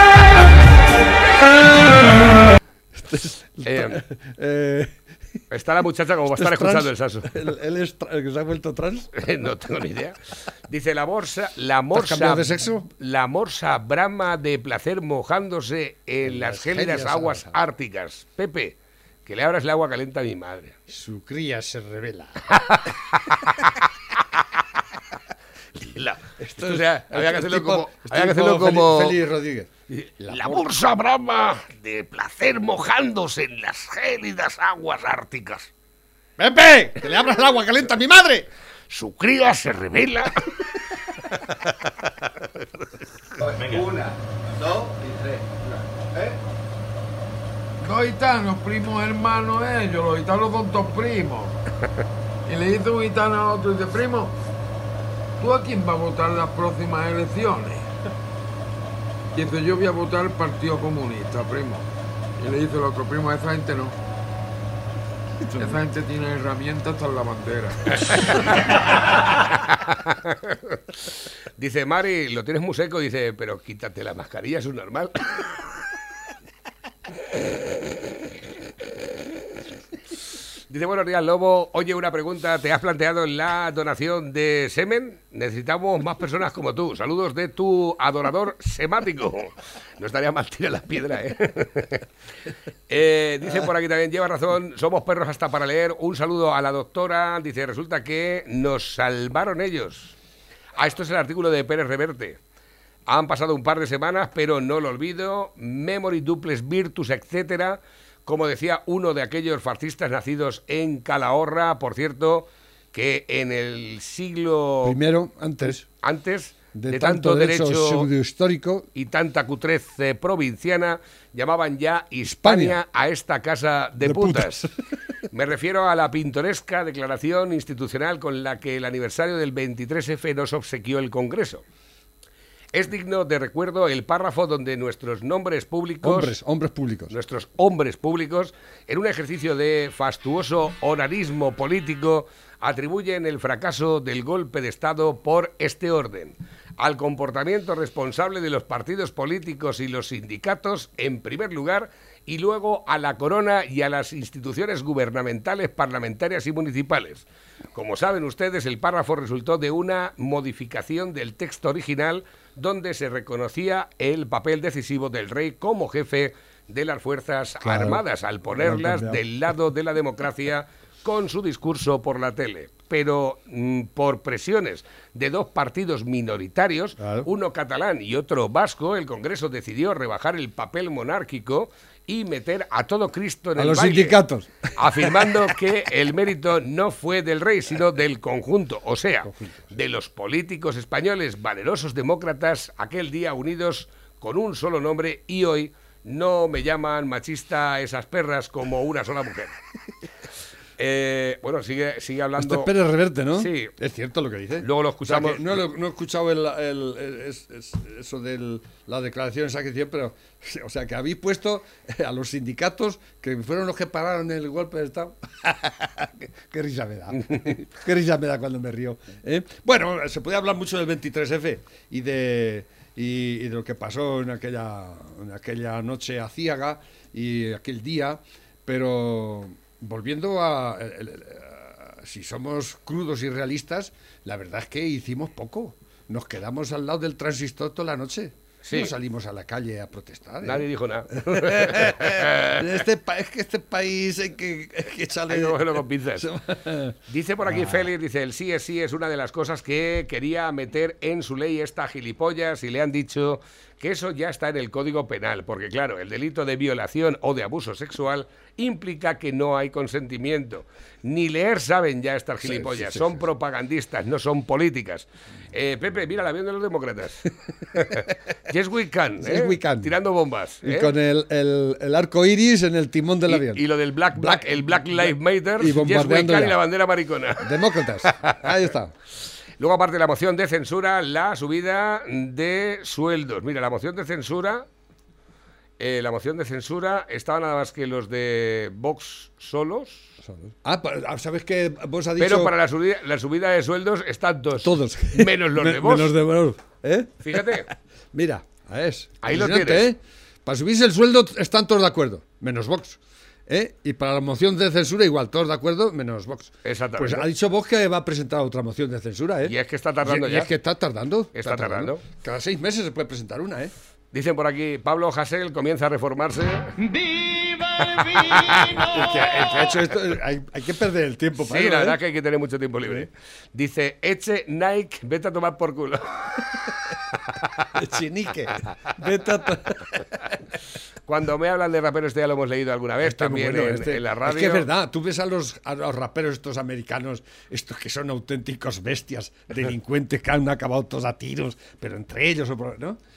Está la muchacha como va a estar escuchando el saxo. ¿Él es el que se ha vuelto trans? No tengo ni idea. Dice, la morsa cambiado de sexo? La morsa brama de placer mojándose en las gélidas aguas árticas. Pepe, que le abras el agua caliente a mi madre. Su cría se revela. Esto, o sea, había que hacerlo como Félix Rodríguez. La morsa brama de placer mojándose en las gélidas aguas árticas. ¡Pepe! ¡Que le abras el agua caliente a mi madre! Su cría se revela. 1, 2 y 3. Dos gitanos, primos hermanos ellos, los gitanos son todos primos. Y le dice un gitano a otro, dice, primo, ¿tú a quién vas a votar en las próximas elecciones? Y dice, yo voy a votar al Partido Comunista, primo. Y le dice el otro, primo, a esa gente no. Esa gente tiene herramientas hasta en la bandera. Dice Mari, lo tienes muy seco, dice, pero quítate la mascarilla, es un normal. Dice, buenos días, Lobo. Oye, una pregunta. ¿Te has planteado la donación de semen? Necesitamos más personas como tú. Saludos de tu adorador semático. No estaría mal tirar la piedra, dice por aquí también, lleva razón, somos perros hasta para leer. Un saludo a la doctora. Dice, resulta que nos salvaron ellos. Esto es el artículo de Pérez Reverte. Han pasado un par de semanas, pero no lo olvido. Memory duplex virtus, etcétera. Como decía uno de aquellos fascistas nacidos en Calahorra, por cierto, que en el siglo... Primero, antes de tanto derecho pseudohistórico y tanta cutrez provinciana, llamaban ya Hispania a esta casa de putas. Me refiero a la pintoresca declaración institucional con la que el aniversario del 23F nos obsequió el Congreso. Es digno de recuerdo el párrafo donde nuestros hombres públicos, en un ejercicio de fastuoso horarismo político, atribuyen el fracaso del golpe de Estado por este orden: al comportamiento responsable de los partidos políticos y los sindicatos, en primer lugar, y luego a la corona y a las instituciones gubernamentales, parlamentarias y municipales. Como saben ustedes, el párrafo resultó de una modificación del texto original donde se reconocía el papel decisivo del rey como jefe de las Fuerzas Armadas, al ponerlas del lado de la democracia con su discurso por la tele. Pero por presiones de dos partidos minoritarios, uno catalán y otro vasco, el Congreso decidió rebajar el papel monárquico y meter a todo Cristo en el los baile, sindicatos, afirmando que el mérito no fue del rey, sino del conjunto, o sea, de los políticos españoles valerosos demócratas, aquel día unidos con un solo nombre, y hoy no me llaman machista esas perras como una sola mujer. Bueno, sigue hablando. Esto es Pérez Reverte, ¿no? Sí. Es cierto lo que dice. Luego lo escuchamos. O sea, no he escuchado eso de la declaración esa que hicieron, pero, o sea, que habéis puesto a los sindicatos, que fueron los que pararon el golpe de Estado. Qué risa me da. Qué risa me da cuando me río. Bueno, se puede hablar mucho del 23F y de lo que pasó en aquella noche aciaga y aquel día, pero... Volviendo si somos crudos y realistas, la verdad es que hicimos poco. Nos quedamos al lado del transistor toda la noche. Sí. No salimos a la calle a protestar. Nadie dijo nada. Es que este país hay que echarle... Hay que cogerlo con pinzas. Dice por aquí Félix, dice, el sí es una de las cosas que quería meter en su ley esta gilipollas, y le han dicho que eso ya está en el Código Penal, porque claro, el delito de violación o de abuso sexual implica que no hay consentimiento. Ni leer saben ya estas gilipollas, son propagandistas, no son políticas. Pepe, mira el avión de los demócratas. Yes we can, yes we can. Tirando bombas. Y con el arco iris en el timón del avión. Y lo del Black Lives Matter, y yes we can y la bandera maricona. Demócratas, ahí está. Luego, aparte de la moción de censura, la subida de sueldos. Mira, la moción de censura estaba nada más que los de Vox solos. ¿Sabes qué vos has dicho? Pero para la subida de sueldos están todos. Menos los de Vox. Menos de Vox. Fíjate. Mira, ahí lo tienes. Para subirse el sueldo están todos de acuerdo, menos Vox. Y para la moción de censura igual, todos de acuerdo, menos Vox. Exactamente. Pues ha dicho Vox que va a presentar otra moción de censura, Y es que está tardando ya. Y es que está tardando. Está tardando. Cada 6 meses se puede presentar una, Dicen por aquí, Pablo Hasél comienza a reformarse. ¡Viva el vino! el que ha hecho esto, hay que perder el tiempo para Sí, la verdad que hay que tener mucho tiempo libre. Dice, Eche Nike, vete a tomar por culo. Chinique, vete a Cuando me hablan de raperos, ya lo hemos leído alguna vez, también en la radio. Es que es verdad, tú ves a los raperos estos americanos, estos que son auténticos bestias, delincuentes que han acabado todos a tiros, pero entre ellos, ¿no?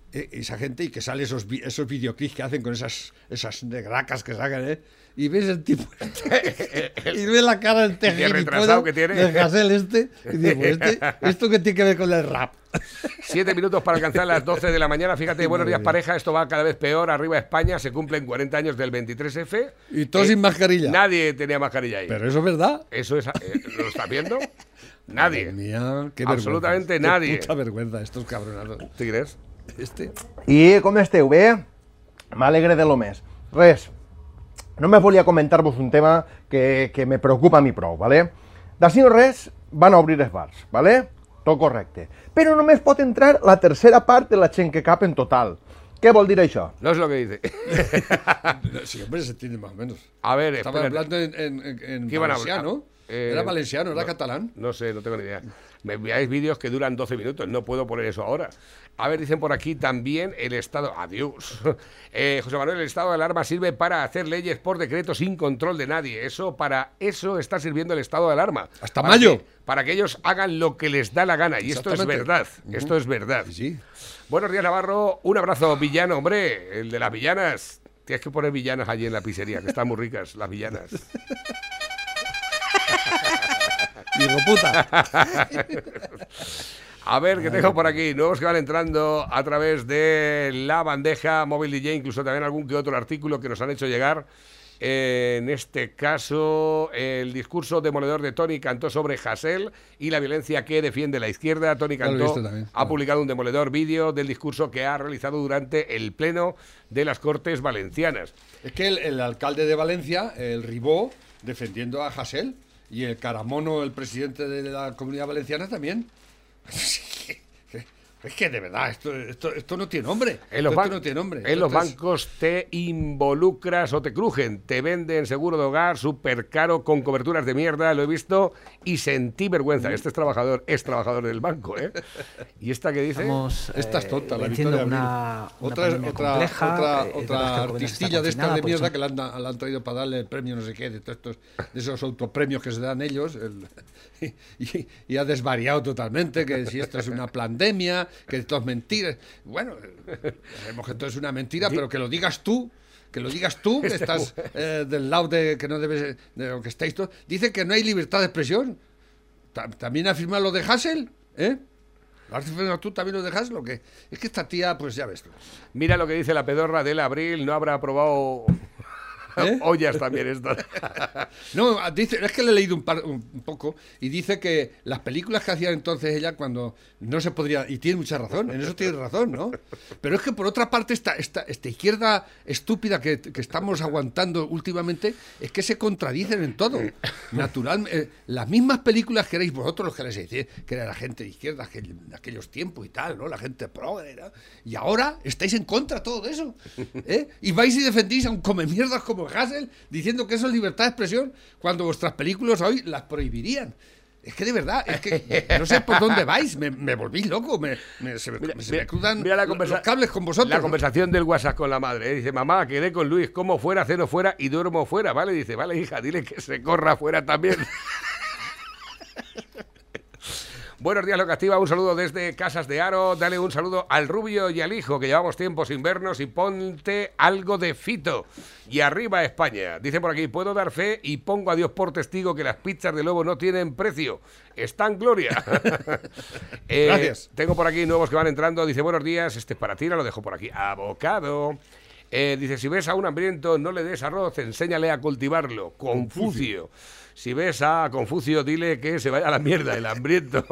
esa gente, y que sale esos videoclips que hacen con esas negracas que sacan, y ves el tipo y ves la cara del retrasado que tiene del Hasél y digo, ¿esto qué tiene que ver con el rap? 7 minutos para alcanzar las 12 de la mañana. Fíjate, buenos días pareja, esto va cada vez peor. Arriba España, se cumplen 40 años del 23F. Y todos sin mascarilla. Nadie tenía mascarilla ahí. Pero eso es verdad. Eso es, ¿lo estás viendo? Nadie. Madre mía, qué absolutamente vergüenza. nadie. Qué puta vergüenza, estos cabronados. ¿Te crees? I com esteu? Bé? M'alegre de lo més. Res, només volia comentar-vos un tema que me preocupa a mi prou, ¿vale? D'ací no res, van a obrir els bars, ¿vale? Tot correcte. Però només pot entrar la tercera part de la gent que cap en total. ¿Qué vol dir això? No es lo que dice. Sí, hombre, se entiende más o menos. A ver, estaba hablando en valenciano. ¿Era valenciano? ¿Era catalán? No sé, no tengo ni idea. Me enviáis vídeos que duran 12 minutos, no puedo poner eso ahora. A ver, dicen por aquí también el estado... Adiós. José Manuel, el estado de alarma sirve para hacer leyes por decreto sin control de nadie. Para eso está sirviendo el estado de alarma. Hasta mayo. Para que ellos hagan lo que les da la gana. Y esto es verdad. Esto es verdad. Sí. Buenos días, Navarro. Un abrazo, villano, hombre. El de las villanas. Tienes que poner villanas allí en la pizzería, que están muy ricas, las villanas. Hijo puta. A ver, ¿qué tengo por aquí? Nuevos que van entrando a través de la bandeja móvil DJ, incluso también algún que otro artículo que nos han hecho llegar. En este caso, el discurso demoledor de Toni Cantó sobre Hasél y la violencia que defiende la izquierda. Toni Cantó ha publicado un demoledor vídeo del discurso que ha realizado durante el pleno de las Cortes Valencianas. Es que el alcalde de Valencia, el Ribó, defendiendo a Hasél, y el Caramono, el presidente de la Comunidad Valenciana, también. Es que de verdad, esto no tiene nombre. En los bancos te involucras o te crujen, te venden seguro de hogar súper caro con coberturas de mierda, lo he visto y sentí vergüenza. Este es trabajador del banco, ¿eh? ¿Y esta que dice? Esta es tonta, la Victoria otra artistilla de estas de mierda que la han traído para darle el premio no sé qué, de esos autopremios que se dan ellos, y ha desvariado totalmente, que si esto es una pandemia, que esto es mentira. Bueno, sabemos que esto es una mentira, pero que lo digas tú, que estás del lado de que no debes, de lo que estáis todos. Dice que no hay libertad de expresión. ¿También afirma lo de Hasél? ¿Has afirmado tú también lo de Hasél o qué? Es que esta tía, pues ya ves tú. Mira lo que dice la pedorra del Abril, no habrá aprobado... ollas también esto. No, dice, es que le he leído un poco y dice que las películas que hacían entonces ella cuando no se podría, y tiene mucha razón, en eso tiene razón, ¿no? Pero es que por otra parte esta izquierda estúpida que estamos aguantando últimamente es que se contradicen en todo. Naturalmente, las mismas películas que erais vosotros los que les decís que era la gente de izquierda en aquellos tiempos y tal, ¿no? La gente progre, ¿no? Y ahora estáis en contra de todo eso, y vais y defendís a un come mierdas como Hasél, diciendo que eso es libertad de expresión, cuando vuestras películas hoy las prohibirían. Es que de verdad, es que no sé por dónde vais, me volví loco, se me cruzan los cables con vosotros. La conversación del WhatsApp con la madre, dice, mamá, quedé con Luis, como fuera, ceno fuera y duermo fuera, ¿vale? Dice, vale, hija, dile que se corra fuera también. Buenos días, Loca Activa, un saludo desde Casas de Aro, dale un saludo al Rubio y al hijo, que llevamos tiempo sin vernos, y ponte algo de Fito. Y arriba España. Dice por aquí, puedo dar fe y pongo a Dios por testigo que las pizzas de Lobo no tienen precio. Están gloria. Gracias. Tengo por aquí nuevos que van entrando, dice, buenos días, este es para ti, lo dejo por aquí. Abocado. Dice, si ves a un hambriento, no le des arroz, enséñale a cultivarlo. Confucio. Si ves a Confucio, dile que se vaya a la mierda, el hambriento.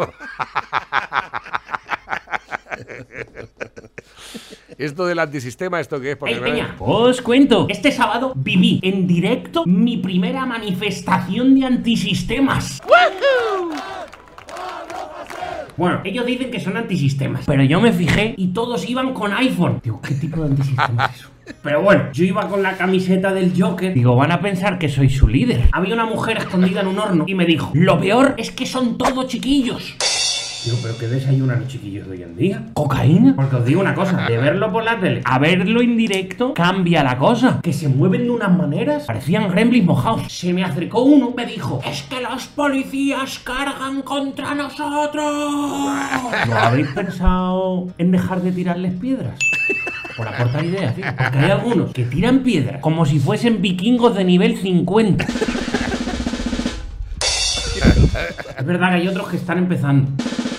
Esto del antisistema, ¿esto qué es? Hey, Peña, os cuento. Este sábado viví en directo mi primera manifestación de antisistemas. ¡Woohoo! Bueno, ellos dicen que son antisistemas, pero yo me fijé y todos iban con iPhone. Digo, ¿qué tipo de antisistema es eso? Pero bueno, yo iba con la camiseta del Joker. Digo, van a pensar que soy su líder. Había una mujer escondida en un horno y me dijo, lo peor es que son todos chiquillos. Digo, ¿pero qué desayunan los chiquillos de hoy en día? ¿Cocaína? Porque os digo una cosa, de verlo por la tele a verlo en directo cambia la cosa. Que se mueven de unas maneras, parecían gremlins mojados. Se me acercó uno, me dijo, es que los policías cargan contra nosotros. ¿No habéis pensado en dejar de tirarles piedras? Por aportar ideas, tío. Porque hay algunos que tiran piedras como si fuesen vikingos de nivel 50. Es verdad que hay otros que están empezando.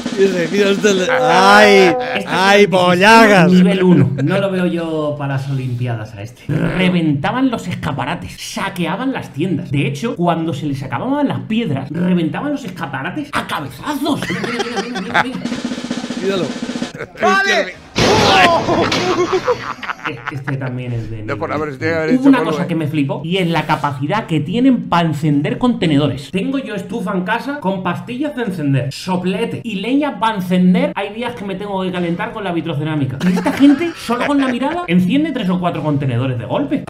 ¡Ay, bollagas! Nivel 1. No lo veo yo para las Olimpiadas a este. Reventaban los escaparates, saqueaban las tiendas. De hecho, cuando se les acababan las piedras, reventaban los escaparates a cabezazos. Mira. Míralo. ¡Vale! Este también es de... No, por haber Hubo hecho una polvo, cosa que me flipó y es la capacidad que tienen para encender contenedores. Tengo yo estufa en casa con pastillas de encender, soplete y leña para encender. Hay días que me tengo que calentar con la vitrocerámica. Y esta gente, solo con la mirada, enciende 3 o 4 contenedores de golpe.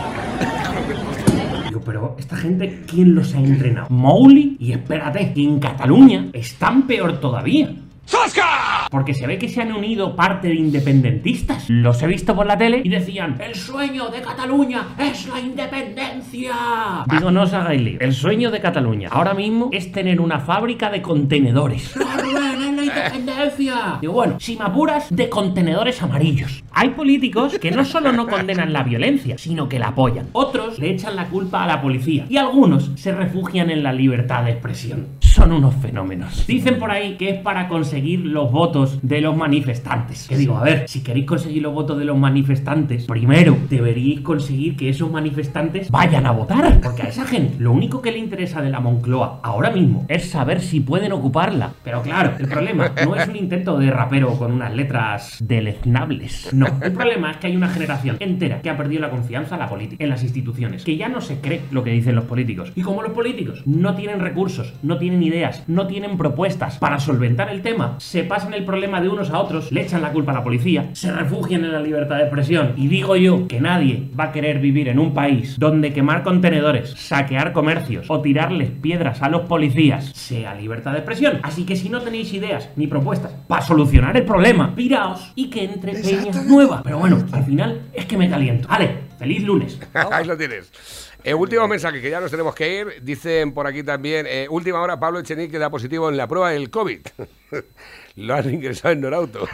Digo, pero esta gente, ¿quién los ha entrenado? Mowgli. Y espérate, que en Cataluña están peor todavía. ¡Zasca! Porque se ve que se han unido parte de independentistas. Los he visto por la tele y decían, el sueño de Cataluña es la independencia. Digo, no os hagáis lío. El sueño de Cataluña ahora mismo es tener una fábrica de contenedores. ¡No, Rubén, es la independencia! Digo, bueno, si me apuras, de contenedores amarillos. Hay políticos que no solo no condenan la violencia, sino que la apoyan. Otros le echan la culpa a la policía. Y algunos se refugian en la libertad de expresión. Son unos fenómenos. Dicen por ahí que es para conseguir los votos de los manifestantes. Que digo, a ver, si queréis conseguir los votos de los manifestantes, primero deberíais conseguir que esos manifestantes vayan a votar. Porque a esa gente lo único que le interesa de la Moncloa ahora mismo es saber si pueden ocuparla. Pero claro, el problema no es un intento de rapero con unas letras deleznables. No, el problema es que hay una generación entera que ha perdido la confianza en la política, en las instituciones, que ya no se cree lo que dicen los políticos. Y como los políticos no tienen recursos, no tienen ideas, no tienen propuestas para solventar el tema, se pasan el problema de unos a otros, le echan la culpa a la policía, se refugian en la libertad de expresión. Y digo yo que nadie va a querer vivir en un país donde quemar contenedores, saquear comercios o tirarles piedras a los policías sea libertad de expresión. Así que si no tenéis ideas ni propuestas para solucionar el problema, piraos y que entre peña nueva. Pero bueno, al final es que me caliento. Vale, feliz lunes. Ahí lo tienes. Último mensaje, que ya nos tenemos que ir. Dicen por aquí también, última hora, Pablo Echenique da positivo en la prueba del COVID. Lo han ingresado en Norauto.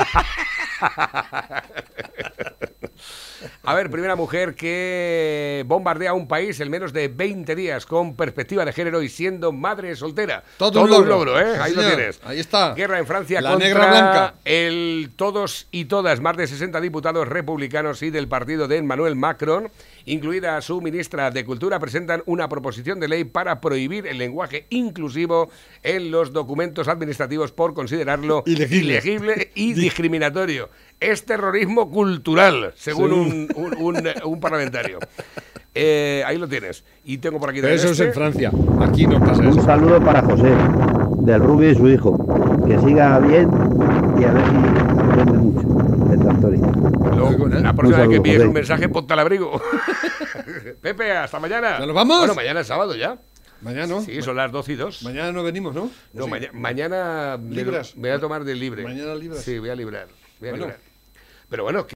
A ver, primera mujer que bombardea un país en menos de 20 días con perspectiva de género y siendo madre soltera. Todo un logro, ¿eh? Sí, ahí señor. lo tienes. Ahí está. Guerra en Francia la contra negra blanca. el todos y todas, más de 60 diputados republicanos y del partido de Emmanuel Macron, incluida su ministra de Cultura, presentan una proposición de ley para prohibir el lenguaje inclusivo en los documentos administrativos por considerarlo ilegible y discriminatorio. Es terrorismo cultural, según un parlamentario. Ahí lo tienes. Y tengo por aquí Pero eso es en Francia. Aquí no pasa eso. Un saludo para José, del Rubio y su hijo. Que siga bien y a ver si aprende mucho de tractorista. La próxima vez que envíes un mensaje, ponte al abrigo. Pepe, hasta mañana. ¿Ya nos vamos? Bueno, mañana es sábado ya. Mañana no. Sí, son las 12:02. Mañana no venimos, ¿no? No, sí. Mañana ¿Libras? me voy a tomar de libre. Mañana libras. Sí, voy a librar. Bueno. Pero bueno,